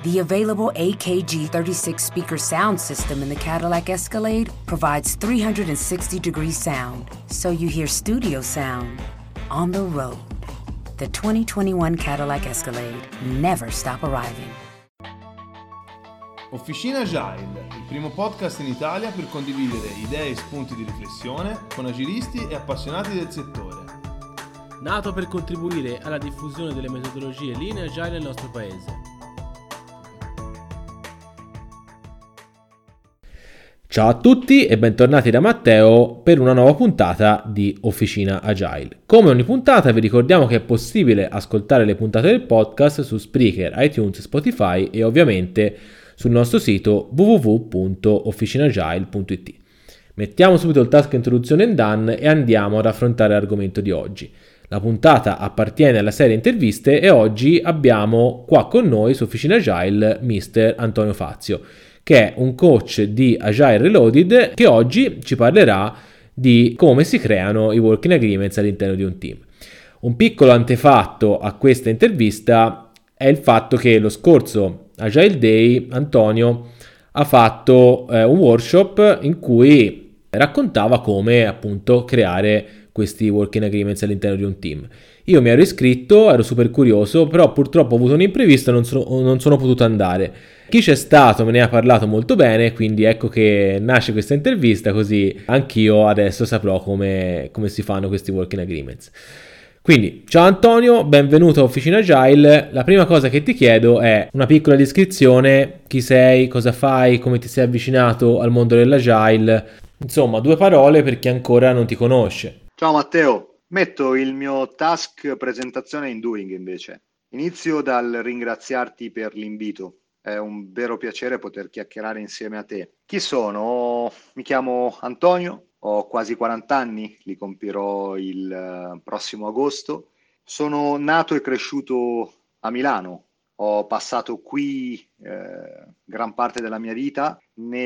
The available AKG 36-speaker sound system in the Cadillac Escalade provides 360-degree sound, so you hear studio sound on the road. The 2021 Cadillac Escalade. Never stop arriving. Officina Agile, il primo podcast in Italia per condividere idee e spunti di riflessione con agilisti e appassionati del settore. Nato per contribuire alla diffusione delle metodologie Lean e Agile nel nostro paese. Ciao a tutti e bentornati da Matteo per una nuova puntata di Officina Agile. Come ogni puntata vi ricordiamo che è possibile ascoltare le puntate del podcast su Spreaker, iTunes, Spotify e ovviamente sul nostro sito www.officinagile.it. Mettiamo subito il task introduzione and done e andiamo ad affrontare l'argomento di oggi. La puntata appartiene alla serie interviste e oggi abbiamo qua con noi su Officina Agile Mr. Antonio Fazio, che è un coach di Agile Reloaded, che oggi ci parlerà di come si creano i working agreements all'interno di un team. Un piccolo antefatto a questa intervista è il fatto che lo scorso Agile Day Antonio ha fatto un workshop in cui raccontava come appunto creare questi working agreements all'interno di un team. Io mi ero iscritto, ero super curioso, però purtroppo ho avuto un imprevisto e non sono potuto andare. Chi c'è stato me ne ha parlato molto bene, quindi ecco che nasce questa intervista, così anch'io adesso saprò come si fanno questi working agreements. Quindi, ciao Antonio, benvenuto a Officina Agile. La prima cosa che ti chiedo è una piccola descrizione: chi sei, cosa fai, come ti sei avvicinato al mondo dell'Agile, insomma 2 parole per chi ancora non ti conosce. Ciao Matteo, metto il mio task presentazione in doing invece. Inizio dal ringraziarti per l'invito. È un vero piacere poter chiacchierare insieme a te. Chi sono? Mi chiamo Antonio, ho quasi 40 anni, li compirò il prossimo agosto. Sono nato e cresciuto a Milano. Ho passato qui gran parte della mia vita.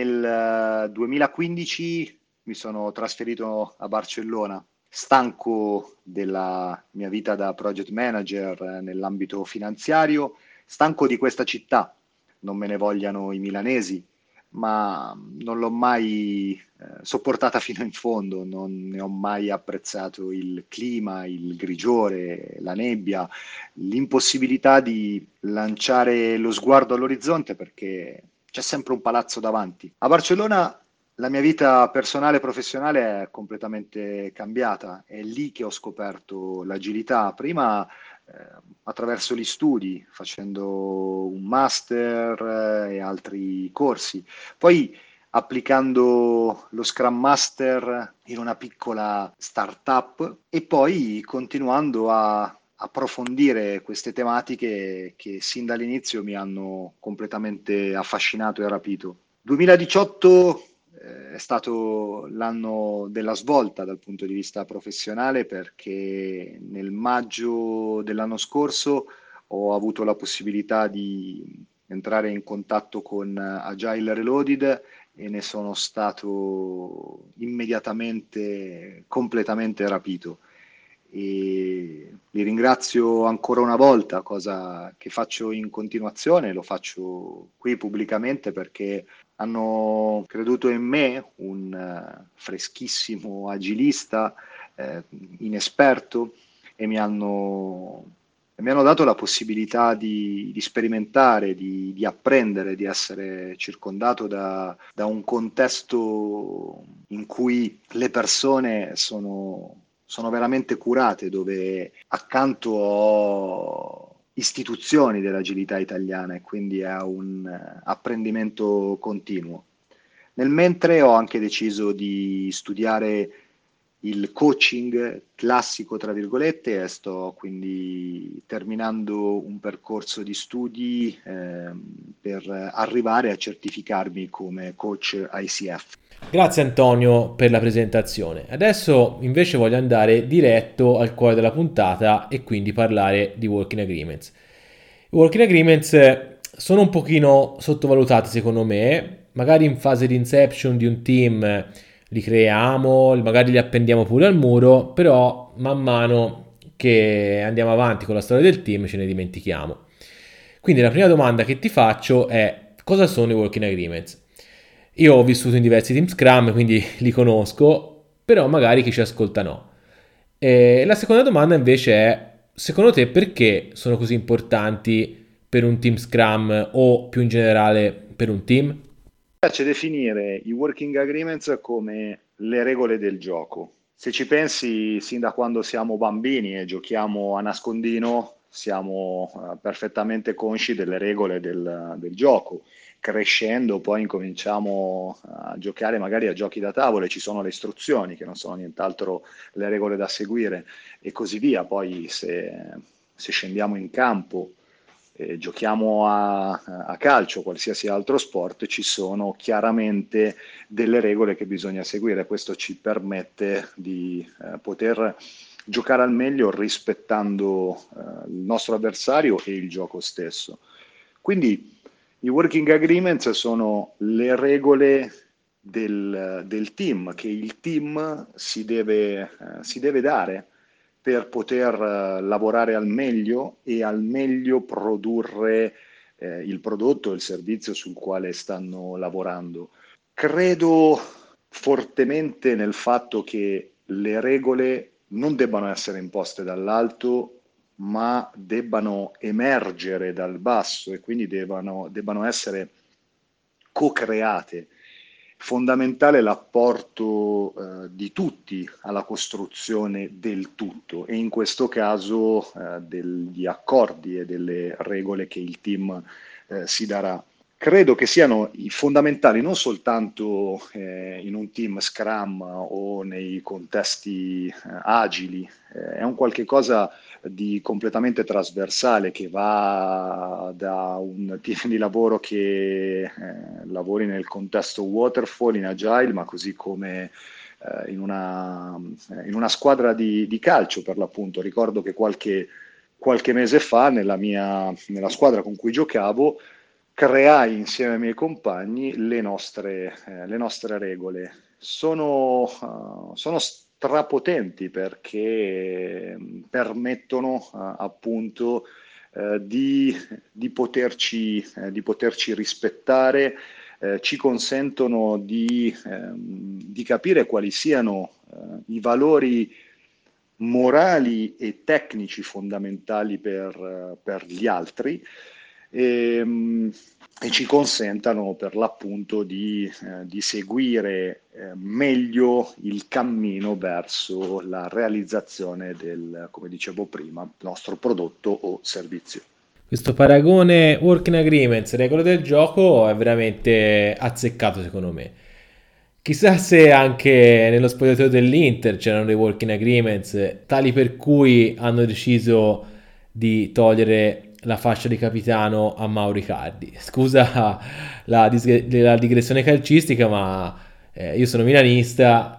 Nel 2015 mi sono trasferito a Barcellona, stanco della mia vita da project manager nell'ambito finanziario, stanco di questa città. Non me ne vogliano i milanesi, ma non l'ho mai sopportata fino in fondo, non ne ho mai apprezzato il clima, il grigiore, la nebbia, l'impossibilità di lanciare lo sguardo all'orizzonte perché c'è sempre un palazzo davanti. A Barcellona la mia vita personale e professionale è completamente cambiata, è lì che ho scoperto l'agilità. Prima attraverso gli studi, facendo un master e altri corsi, poi applicando lo Scrum Master in una piccola startup e poi continuando a approfondire queste tematiche che sin dall'inizio mi hanno completamente affascinato e rapito. 2018 è stato l'anno della svolta dal punto di vista professionale perché nel maggio dell'anno scorso ho avuto la possibilità di entrare in contatto con Agile Reloaded e ne sono stato immediatamente completamente rapito. E li ringrazio ancora una volta, cosa che faccio in continuazione, lo faccio qui pubblicamente perché hanno creduto in me, un freschissimo agilista, inesperto, e mi hanno dato la possibilità di sperimentare, di apprendere, di essere circondato da un contesto in cui le persone sono veramente curate, dove accanto ho istituzioni dell'agilità italiana e quindi è un apprendimento continuo. Nel mentre ho anche deciso di studiare il coaching classico, tra virgolette, e sto quindi terminando un percorso di studi per arrivare a certificarmi come coach ICF. Grazie Antonio per la presentazione. Adesso invece voglio andare diretto al cuore della puntata e quindi parlare di working agreements. I working agreements sono un pochino sottovalutati secondo me, magari in fase di inception di un team li creiamo, magari li appendiamo pure al muro, però man mano che andiamo avanti con la storia del team ce ne dimentichiamo. Quindi la prima domanda che ti faccio è: cosa sono i working agreements? Io ho vissuto in diversi team Scrum, quindi li conosco, però magari chi ci ascolta no. E la seconda domanda invece è: secondo te perché sono così importanti per un team Scrum o più in generale per un team? Mi piace definire i working agreements come le regole del gioco. Se ci pensi, sin da quando siamo bambini e giochiamo a nascondino, siamo perfettamente consci delle regole del gioco. Crescendo, poi incominciamo a giocare magari a giochi da tavolo e ci sono le istruzioni, che non sono nient'altro le regole da seguire, e così via. Poi se scendiamo in campo, giochiamo a calcio, qualsiasi altro sport, ci sono chiaramente delle regole che bisogna seguire. Questo ci permette di poter giocare al meglio rispettando il nostro avversario e il gioco stesso. Quindi i working agreements sono le regole del team, che il team si deve dare per poter lavorare al meglio e al meglio produrre il prodotto o il servizio sul quale stanno lavorando. Credo fortemente nel fatto che le regole non debbano essere imposte dall'alto, ma debbano emergere dal basso e quindi debbano essere co-create. Fondamentale l'apporto di tutti alla costruzione del tutto, e in questo caso degli accordi e delle regole che il team si darà. Credo che siano fondamentali non soltanto in un team Scrum o nei contesti agili, è un qualche cosa di completamente trasversale che va da un team di lavoro che lavori nel contesto waterfall, in agile, ma così come in una squadra di calcio, per l'appunto. Ricordo che qualche mese fa nella squadra con cui giocavo creai insieme ai miei compagni le nostre regole. Sono strapotenti perché permettono appunto di poterci rispettare, ci consentono di capire quali siano i valori morali e tecnici fondamentali per gli altri, e ci consentano per l'appunto di seguire meglio il cammino verso la realizzazione del, come dicevo prima, nostro prodotto o servizio. Questo paragone working agreements, regole del gioco, è veramente azzeccato secondo me. Chissà se anche nello spogliatoio dell'Inter c'erano dei working agreements tali per cui hanno deciso di togliere la fascia di capitano a Mauro Icardi. Scusa la digressione calcistica, ma io sono milanista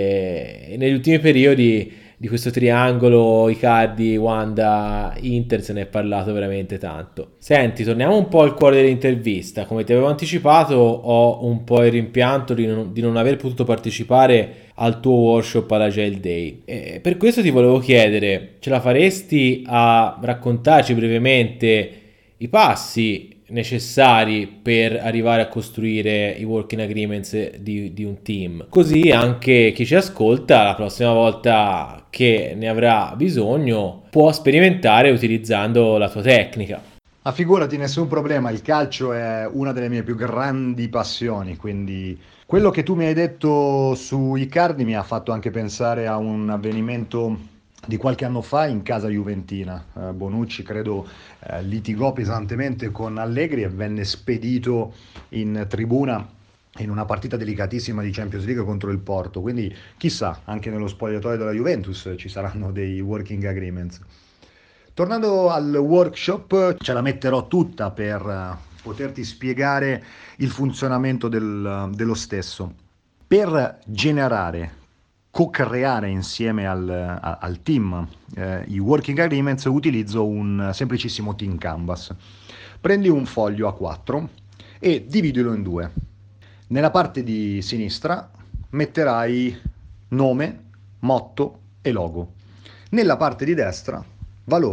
e negli ultimi periodi di questo triangolo Icardi, Wanda, Inter se ne è parlato veramente tanto. Senti, torniamo un po' al cuore dell'intervista. Come ti avevo anticipato, ho un po' il rimpianto di non aver potuto partecipare al tuo workshop all'Agile Day. E per questo ti volevo chiedere: ce la faresti a raccontarci brevemente i passi necessari per arrivare a costruire i working agreements di un team, così anche chi ci ascolta la prossima volta che ne avrà bisogno può sperimentare utilizzando la tua tecnica. Ma figurati, nessun problema, il calcio è una delle mie più grandi passioni, quindi quello che tu mi hai detto su Icardi mi ha fatto anche pensare a un avvenimento di qualche anno fa in casa juventina. Bonucci credo litigò pesantemente con Allegri e venne spedito in tribuna in una partita delicatissima di Champions League contro il Porto, quindi chissà, anche nello spogliatoio della Juventus ci saranno dei working agreements. Tornando al workshop, ce la metterò tutta per poterti spiegare il funzionamento dello stesso. Per generare, co-creare insieme al team i working agreements utilizzo un semplicissimo team canvas. Prendi un foglio A4 e dividilo in due. Nella parte di sinistra metterai nome, motto e logo. Nella parte di destra valori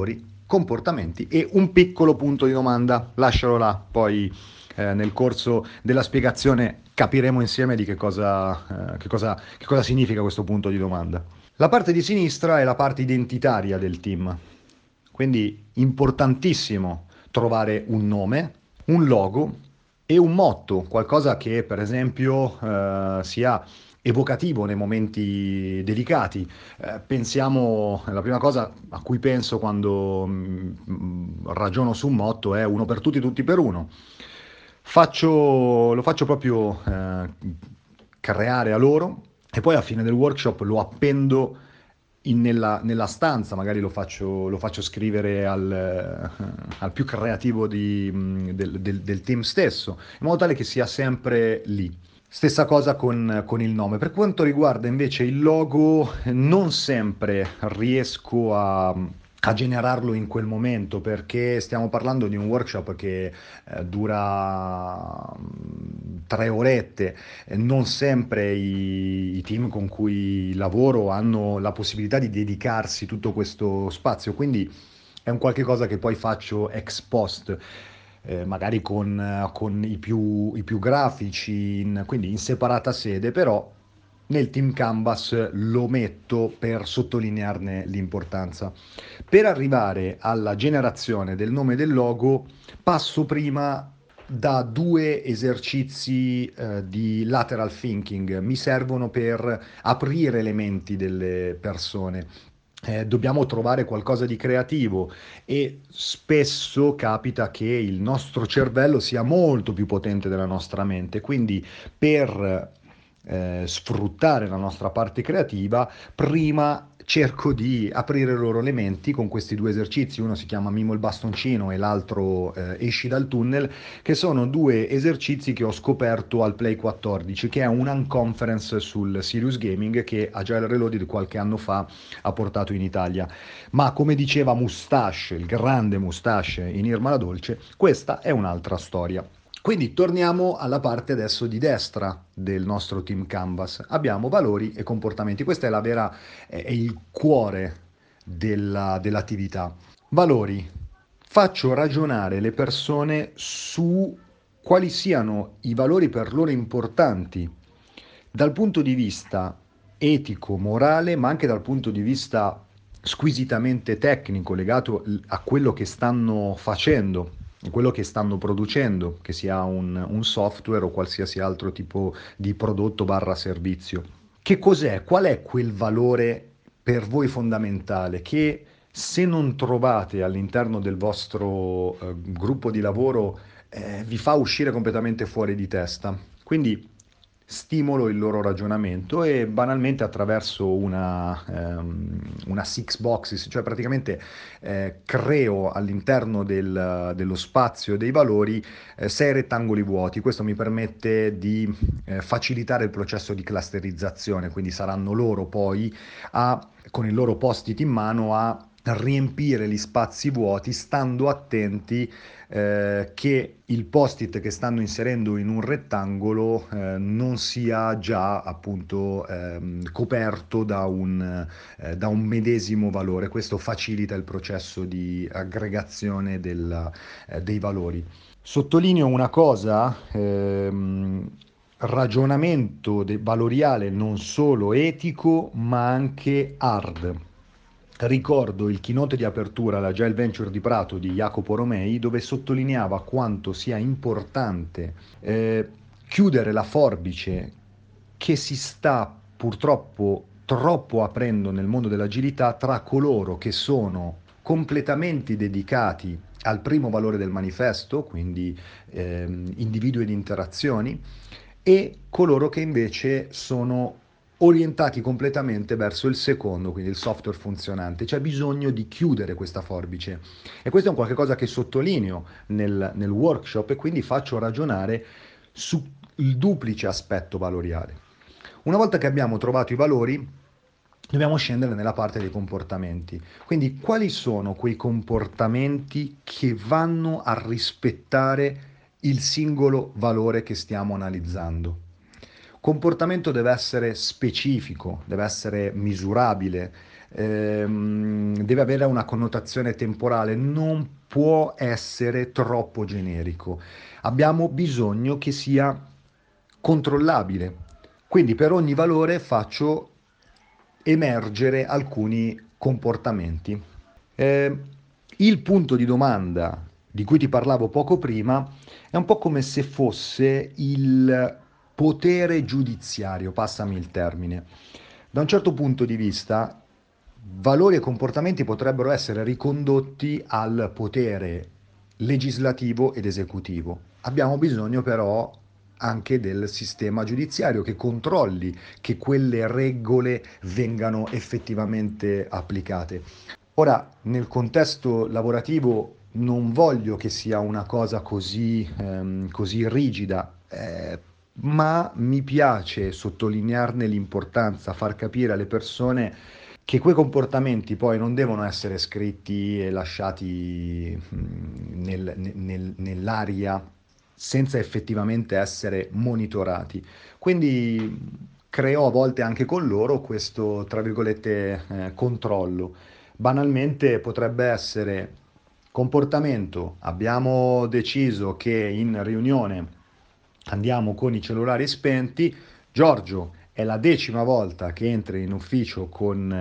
comportamenti e un piccolo punto di domanda. Lascialo là, poi nel corso della spiegazione capiremo insieme di che cosa significa questo punto di domanda. La parte di sinistra è la parte identitaria del team, quindi importantissimo trovare un nome, un logo e un motto, qualcosa che per esempio sia evocativo nei momenti delicati. Pensiamo, la prima cosa a cui penso quando ragiono su un motto è uno per tutti, tutti per uno. Lo faccio proprio creare a loro e poi a fine del workshop lo appendo nella stanza, magari lo faccio scrivere al più creativo del team stesso, in modo tale che sia sempre lì. Stessa cosa con il nome. Per quanto riguarda invece il logo, non sempre riesco a generarlo in quel momento, perché stiamo parlando di un workshop che dura 3 orette. Non sempre i team con cui lavoro hanno la possibilità di dedicarsi tutto questo spazio, quindi è un qualche cosa che poi faccio ex post. Magari con i più grafici, quindi in separata sede, però nel team Canvas lo metto per sottolinearne l'importanza. Per arrivare alla generazione del nome del logo passo prima da 2 esercizi di lateral thinking. Mi servono per aprire le menti delle persone. Dobbiamo trovare qualcosa di creativo e spesso capita che il nostro cervello sia molto più potente della nostra mente, quindi per sfruttare la nostra parte creativa, prima cerco di aprire loro le menti con questi 2 esercizi. Uno si chiama Mimo il bastoncino e l'altro Esci dal tunnel, che sono 2 esercizi che ho scoperto al Play 14, che è un'unconference sul Serious Gaming che Agile Reloaded qualche anno fa ha portato in Italia. Ma come diceva Mustache, il grande Mustache in Irma la Dolce, questa è un'altra storia. Quindi torniamo alla parte adesso di destra del nostro team Canvas. Abbiamo valori e comportamenti. Questo è il cuore dell'attività. Valori. Faccio ragionare le persone su quali siano i valori per loro importanti dal punto di vista etico, morale, ma anche dal punto di vista squisitamente tecnico, legato a quello che stanno facendo, quello che stanno producendo, che sia un software o qualsiasi altro tipo di prodotto / servizio. Che cos'è? Qual è quel valore per voi fondamentale che se non trovate all'interno del vostro gruppo di lavoro vi fa uscire completamente fuori di testa? Quindi stimolo il loro ragionamento e banalmente attraverso una 6 boxes, cioè praticamente creo all'interno dello spazio dei valori 6 rettangoli vuoti. Questo mi permette di facilitare il processo di clusterizzazione, quindi saranno loro poi con il loro post-it in mano a riempire gli spazi vuoti, stando attenti che il post-it che stanno inserendo in un rettangolo non sia già appunto coperto da un medesimo valore. Questo facilita il processo di aggregazione dei valori. Sottolineo una cosa, ragionamento valoriale non solo etico ma anche hard. Ricordo il keynote di apertura all'Agile Venture di Prato di Jacopo Romei, dove sottolineava quanto sia importante chiudere la forbice che si sta purtroppo troppo aprendo nel mondo dell'agilità tra coloro che sono completamente dedicati al primo valore del manifesto, quindi individui ed interazioni, e coloro che invece sono orientati completamente verso il secondo, quindi il software funzionante. C'è bisogno di chiudere questa forbice e questo è un qualche cosa che sottolineo nel workshop e quindi faccio ragionare sul duplice aspetto valoriale. Una volta che abbiamo trovato i valori, dobbiamo scendere nella parte dei comportamenti. Quindi quali sono quei comportamenti che vanno a rispettare il singolo valore che stiamo analizzando? Comportamento deve essere specifico, deve essere misurabile, deve avere una connotazione temporale, non può essere troppo generico. Abbiamo bisogno che sia controllabile. Quindi per ogni valore faccio emergere alcuni comportamenti. Il punto di domanda di cui ti parlavo poco prima è un po' come se fosse il potere giudiziario, passami il termine. Da un certo punto di vista, valori e comportamenti potrebbero essere ricondotti al potere legislativo ed esecutivo. Abbiamo bisogno però anche del sistema giudiziario che controlli che quelle regole vengano effettivamente applicate. Ora, nel contesto lavorativo non voglio che sia una cosa così rigida, ma mi piace sottolinearne l'importanza, far capire alle persone che quei comportamenti poi non devono essere scritti e lasciati nell'aria senza effettivamente essere monitorati. Quindi creo a volte anche con loro questo, tra virgolette, controllo. Banalmente potrebbe essere comportamento: abbiamo deciso che in riunione andiamo con i cellulari spenti. Giorgio, è la 10ª volta che entri in ufficio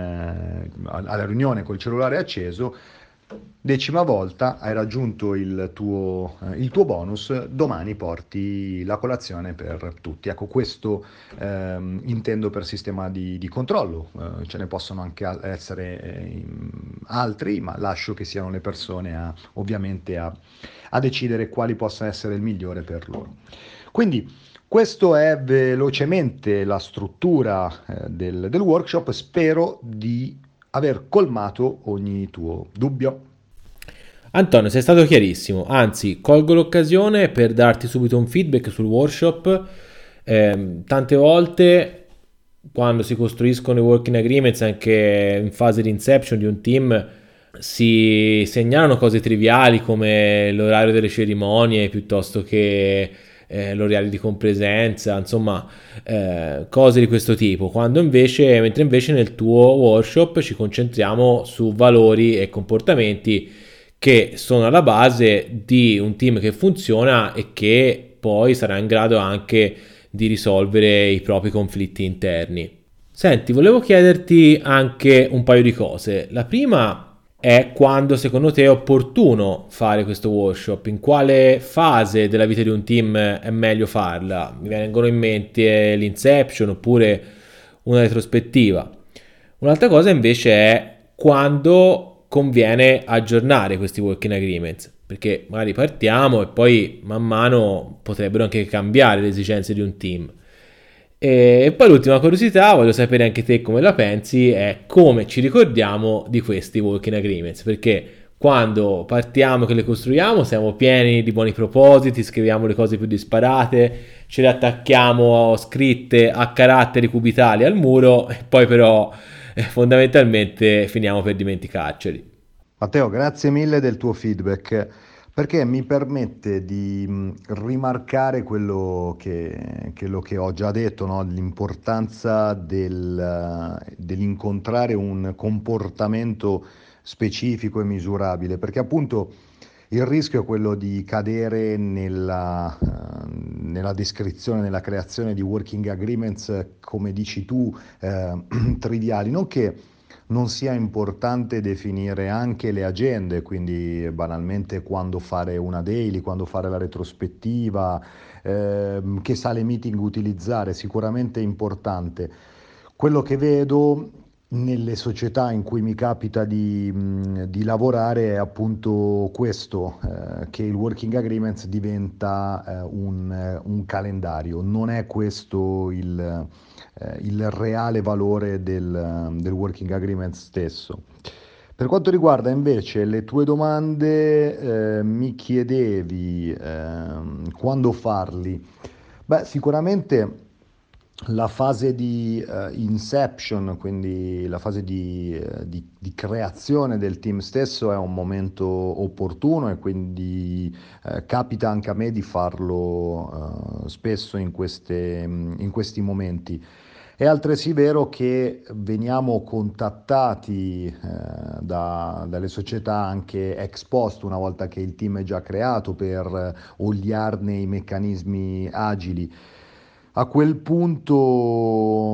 alla riunione col cellulare acceso. 10ª volta, hai raggiunto il tuo bonus, domani porti la colazione per tutti. Ecco, questo intendo per sistema di controllo. Ce ne possono anche essere altri, ma lascio che siano le persone ovviamente a decidere quali possa essere il migliore per loro. Quindi questo è velocemente la struttura del workshop. Spero di aver colmato ogni tuo dubbio. Antonio, sei stato chiarissimo, anzi colgo l'occasione per darti subito un feedback sul workshop. Tante volte quando si costruiscono i working agreements, anche in fase di inception di un team, si segnalano cose triviali come l'orario delle cerimonie piuttosto che l'orario di compresenza, insomma cose di questo tipo, mentre invece nel tuo workshop ci concentriamo su valori e comportamenti che sono alla base di un team che funziona e che poi sarà in grado anche di risolvere i propri conflitti interni. Senti, volevo chiederti anche un paio di cose. La prima è quando secondo te è opportuno fare questo workshop, in quale fase della vita di un team è meglio farla? Mi vengono in mente l'inception oppure una retrospettiva. Un'altra cosa invece è quando conviene aggiornare questi working agreements, perché magari partiamo e poi man mano potrebbero anche cambiare le esigenze di un team. E poi l'ultima curiosità, voglio sapere anche te come la pensi, è come ci ricordiamo di questi working agreements, perché quando partiamo che le costruiamo siamo pieni di buoni propositi, scriviamo le cose più disparate, ce le attacchiamo scritte a caratteri cubitali al muro e poi però fondamentalmente finiamo per dimenticarceli. Matteo, grazie mille del tuo feedback, perché mi permette di rimarcare quello che ho già detto, no? L'importanza dell'incontrare un comportamento specifico e misurabile, perché appunto il rischio è quello di cadere nella descrizione, nella creazione di working agreements, come dici tu, triviali, non che non sia importante definire anche le agende, quindi banalmente quando fare una daily, quando fare la retrospettiva, che sale meeting utilizzare, sicuramente è importante. Quello che vedo nelle società in cui mi capita di lavorare è appunto questo, che il working agreements diventa un calendario. Non è questo il reale valore del working agreement stesso. Per quanto riguarda invece le tue domande, mi chiedevi quando farli. Beh, sicuramente la fase di inception, quindi la fase di creazione del team stesso, è un momento opportuno, e quindi capita anche a me di farlo spesso in questi momenti. È altresì vero che veniamo contattati dalle società anche ex post, una volta che il team è già creato, per oliarne i meccanismi agili. A quel punto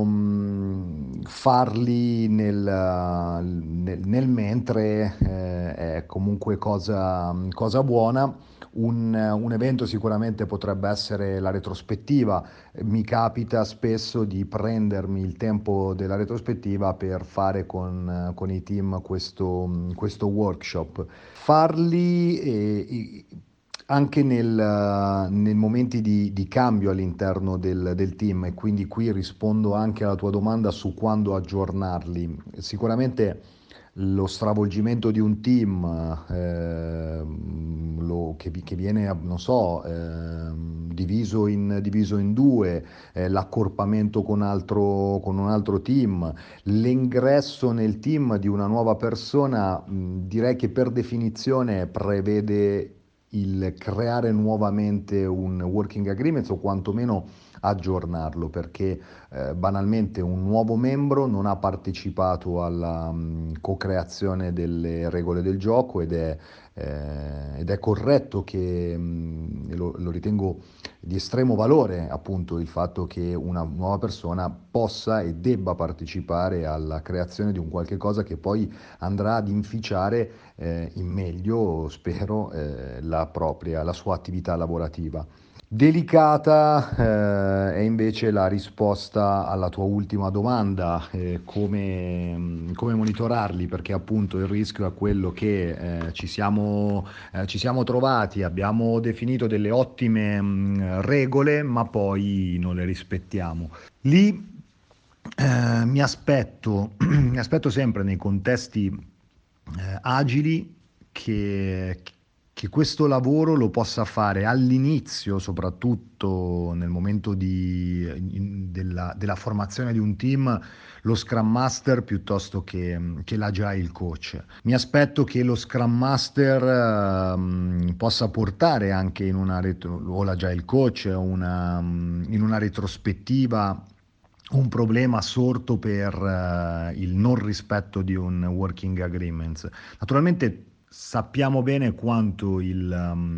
farli nel mentre è comunque cosa buona. Un evento sicuramente potrebbe essere la retrospettiva. Mi capita spesso di prendermi il tempo della retrospettiva per fare con i team questo workshop. Farli anche nei momenti di cambio all'interno del team, e quindi qui rispondo anche alla tua domanda su quando aggiornarli. Sicuramente lo stravolgimento di un team che viene, non so, diviso in due, l'accorpamento con un altro team, l'ingresso nel team di una nuova persona, direi che per definizione prevede il creare nuovamente un working agreement, o quantomeno aggiornarlo, perché banalmente un nuovo membro non ha partecipato alla co-creazione delle regole del gioco, ed è corretto che, e lo ritengo di estremo valore, appunto, il fatto che una nuova persona possa e debba partecipare alla creazione di un qualche cosa che poi andrà ad inficiare in meglio, spero, la sua attività lavorativa. Delicata è invece la risposta alla tua ultima domanda, come monitorarli, perché appunto il rischio è quello che ci siamo trovati, abbiamo definito delle ottime regole, ma poi non le rispettiamo. Lì mi aspetto sempre nei contesti agili che questo lavoro lo possa fare all'inizio, soprattutto nel momento della formazione di un team, lo Scrum Master piuttosto che l'Agile Coach. Mi aspetto che lo Scrum Master possa portare anche o l'Agile Coach in una retrospettiva un problema sorto per il non rispetto di un working agreement. Naturalmente sappiamo bene quanto il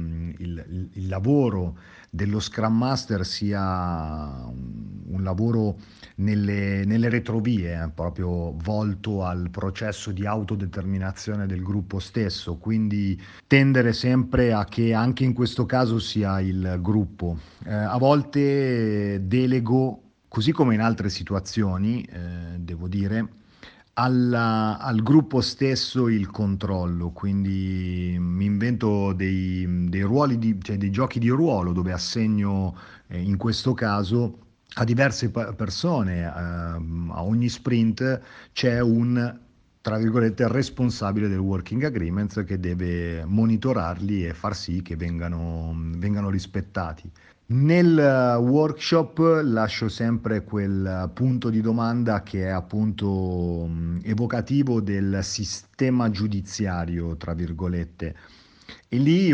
lavoro dello Scrum Master sia un lavoro nelle retrovie, proprio volto al processo di autodeterminazione del gruppo stesso, quindi tendere sempre a che anche in questo caso sia il gruppo. A volte delego, così come in altre situazioni, devo dire, al gruppo stesso il controllo, quindi mi invento dei ruoli, cioè dei giochi di ruolo, dove assegno in questo caso a diverse persone, a ogni sprint c'è un, tra virgolette, responsabile del working agreement che deve monitorarli e far sì che vengano rispettati. Nel workshop lascio sempre quel punto di domanda che è appunto evocativo del sistema giudiziario, tra virgolette, e lì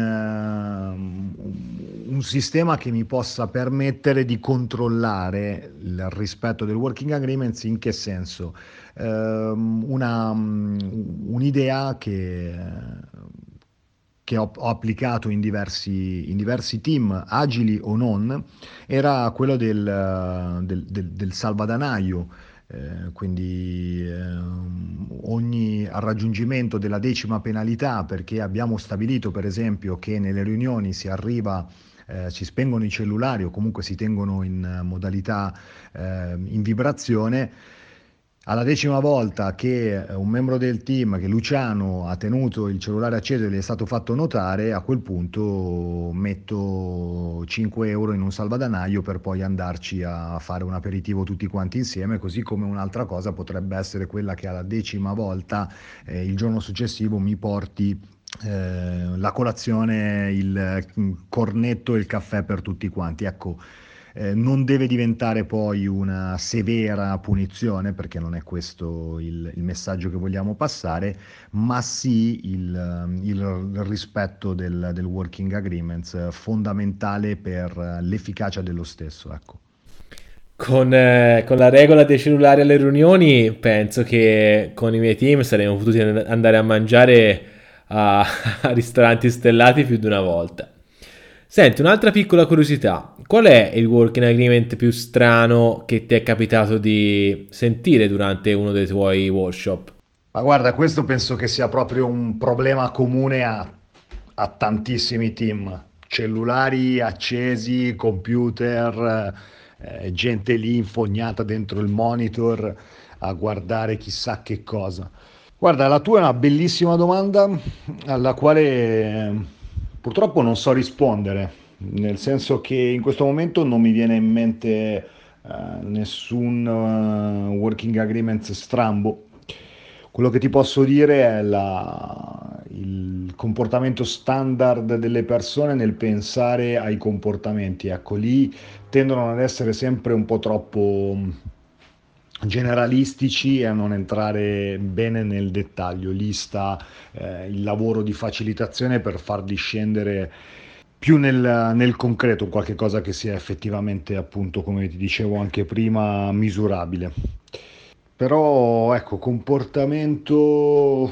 un sistema che mi possa permettere di controllare il rispetto del working agreement. In che senso? Un'idea che ho applicato in diversi team, agili o non, era quello del salvadanaio. Quindi ogni raggiungimento della 10ª penalità, perché abbiamo stabilito per esempio che nelle riunioni si arriva, si spengono i cellulari o comunque si tengono in modalità in vibrazione. Alla 10ª volta che un membro del team, che Luciano, ha tenuto il cellulare acceso e gli è stato fatto notare, a quel punto metto 5 euro in un salvadanaio per poi andarci a fare un aperitivo tutti quanti insieme, così come un'altra cosa potrebbe essere quella che alla 10ª volta il giorno successivo mi porti la colazione, il cornetto e il caffè per tutti quanti. Ecco, non deve diventare poi una severa punizione, perché non è questo il messaggio che vogliamo passare, ma sì il rispetto del working agreement, fondamentale per l'efficacia dello stesso. Ecco. Con la regola dei cellulari alle riunioni, penso che con i miei team saremmo potuti andare a mangiare a, a ristoranti stellati più di una volta. Senti, un'altra piccola curiosità. Qual è il working agreement più strano che ti è capitato di sentire durante uno dei tuoi workshop? Ma guarda, questo penso che sia proprio un problema comune a tantissimi team. Cellulari accesi, computer, gente lì infognata dentro il monitor a guardare chissà che cosa. Guarda, la tua è una bellissima domanda alla quale purtroppo non so rispondere, nel senso che in questo momento non mi viene in mente nessun working agreement strambo. Quello che ti posso dire è il comportamento standard delle persone nel pensare ai comportamenti. Ecco, lì tendono ad essere sempre un po' troppo generalistici e a non entrare bene nel dettaglio. Lì sta il lavoro di facilitazione per farli scendere più nel concreto, qualche cosa che sia effettivamente, appunto, come ti dicevo anche prima, misurabile. Però ecco, comportamento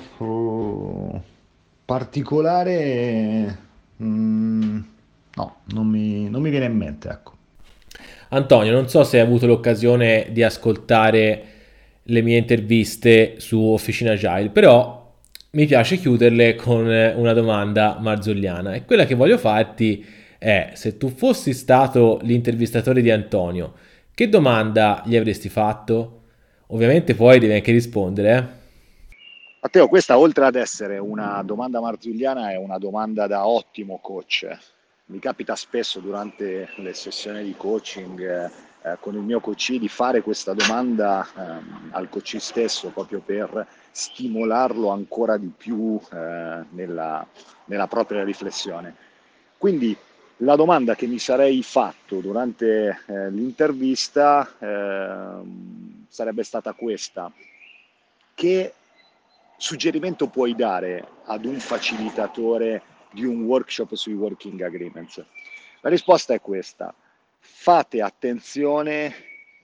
particolare, no, non mi viene in mente, ecco. Antonio, non so se hai avuto l'occasione di ascoltare le mie interviste su Officina Agile, però mi piace chiuderle con una domanda marzulliana e quella che voglio farti è: se tu fossi stato l'intervistatore di Antonio, che domanda gli avresti fatto? Ovviamente poi devi anche rispondere, eh? Matteo, questa oltre ad essere una domanda marzulliana è una domanda da ottimo coach. Mi capita spesso durante le sessioni di coaching con il mio coach di fare questa domanda al coach stesso proprio per stimolarlo ancora di più nella propria riflessione. Quindi la domanda che mi sarei fatto durante l'intervista sarebbe stata questa: che suggerimento puoi dare ad un facilitatore di un workshop sui working agreements? La risposta è questa: fate attenzione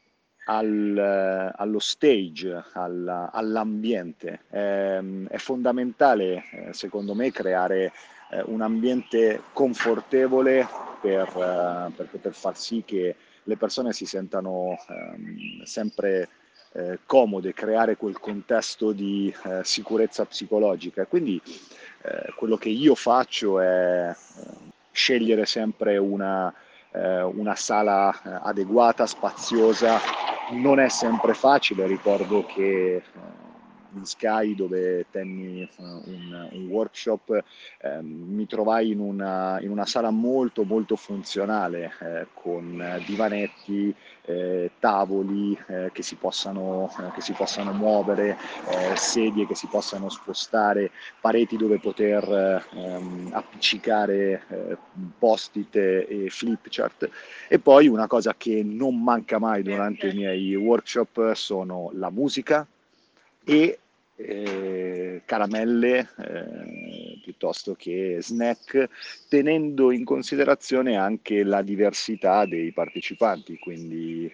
allo stage, all'ambiente. È fondamentale, secondo me, creare un ambiente confortevole per poter far sì che le persone si sentano sempre comode, creare quel contesto di sicurezza psicologica. Quindi quello che io faccio è scegliere sempre una sala adeguata, spaziosa. Non è sempre facile, ricordo che in Sky, dove tenni un workshop, mi trovai in una sala molto molto funzionale, con divanetti, tavoli che si possano muovere, sedie che si possano spostare, pareti dove poter appiccicare post-it e flipchart. E poi una cosa che non manca mai durante i miei workshop sono la musica e caramelle piuttosto che snack, tenendo in considerazione anche la diversità dei partecipanti, quindi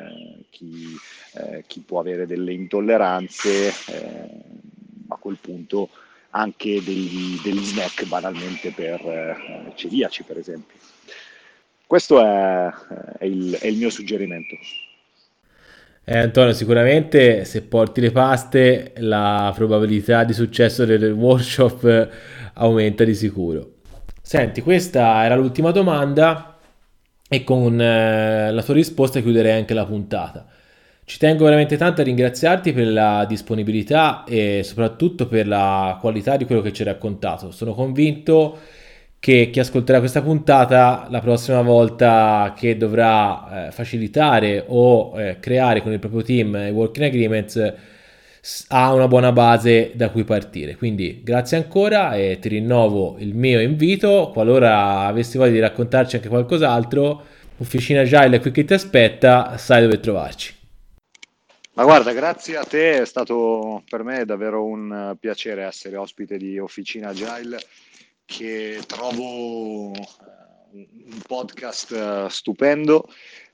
chi può avere delle intolleranze, a quel punto anche degli snack banalmente per celiaci, per esempio. Questo è il mio suggerimento. Antonio, sicuramente se porti le paste la probabilità di successo del workshop aumenta di sicuro. Senti, questa era l'ultima domanda e con la tua risposta chiuderei anche la puntata. Ci tengo veramente tanto a ringraziarti per la disponibilità e soprattutto per la qualità di quello che ci hai raccontato. Sono convinto che chi ascolterà questa puntata la prossima volta che dovrà facilitare o creare con il proprio team i working agreements ha una buona base da cui partire. Quindi grazie ancora e ti rinnovo il mio invito. Qualora avessi voglia di raccontarci anche qualcos'altro, Officina Agile è qui che ti aspetta, sai dove trovarci. Ma guarda, grazie a te, è stato per me davvero un piacere essere ospite di Officina Agile, che trovo un podcast stupendo,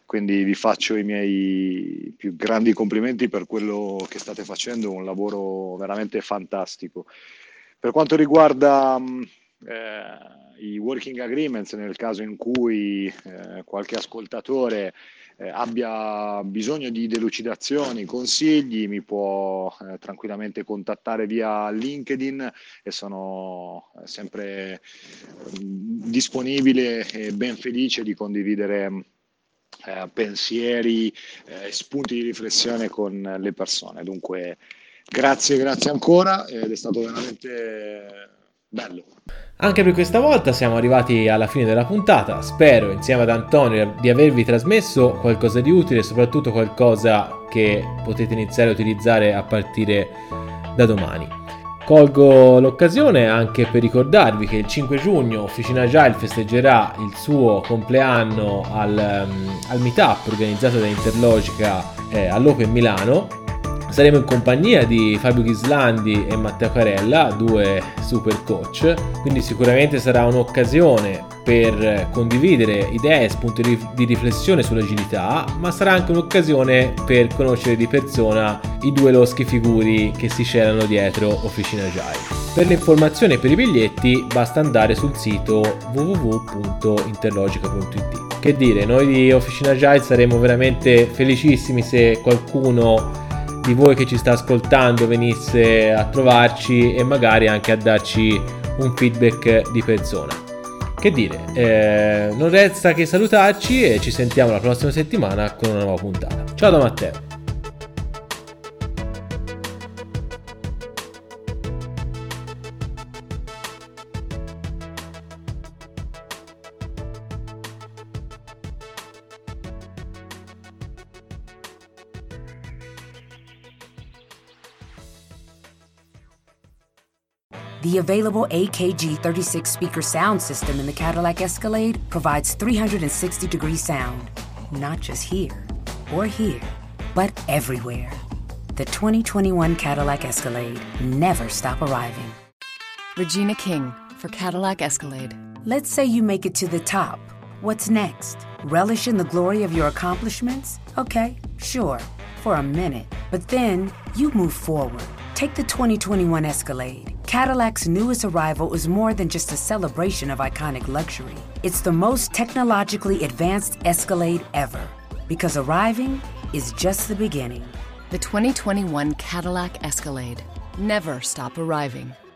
quindi vi faccio i miei più grandi complimenti per quello che state facendo, un lavoro veramente fantastico. Per quanto riguarda i working agreements, nel caso in cui qualche ascoltatore abbia bisogno di delucidazioni, consigli, mi può tranquillamente contattare via LinkedIn e sono sempre disponibile e ben felice di condividere pensieri, spunti di riflessione con le persone. Dunque grazie ancora, ed è stato veramente bello. Anche per questa volta siamo arrivati alla fine della puntata. Spero insieme ad Antonio di avervi trasmesso qualcosa di utile, soprattutto qualcosa che potete iniziare a utilizzare a partire da domani. Colgo l'occasione anche per ricordarvi che il 5 giugno Officina Agile festeggerà il suo compleanno al meetup organizzato da Interlogica all'Open Milano. Saremo in compagnia di Fabio Ghislandi e Matteo Carella, due super coach, quindi sicuramente sarà un'occasione per condividere idee e spunti di riflessione sull'agilità, ma sarà anche un'occasione per conoscere di persona i due loschi figuri che si celano dietro Officina Agile. Per le informazioni e per i biglietti basta andare sul sito www.interlogica.it. Che dire, noi di Officina Agile saremo veramente felicissimi se qualcuno di voi che ci sta ascoltando venisse a trovarci e magari anche a darci un feedback di persona. Che dire, non resta che salutarci e ci sentiamo la prossima settimana con una nuova puntata. Ciao da Matteo. The available AKG 36 speaker sound system in the Cadillac Escalade provides 360-degree sound, not just here or here, but everywhere. The 2021 Cadillac Escalade. Never stop arriving. Regina King for Cadillac Escalade. Let's say you make it to the top. What's next? Relish in the glory of your accomplishments? Okay, sure, for a minute. But then you move forward. Take the 2021 Escalade. Cadillac's newest arrival is more than just a celebration of iconic luxury. It's the most technologically advanced Escalade ever, because arriving is just the beginning. The 2021 Cadillac Escalade. Never stop arriving.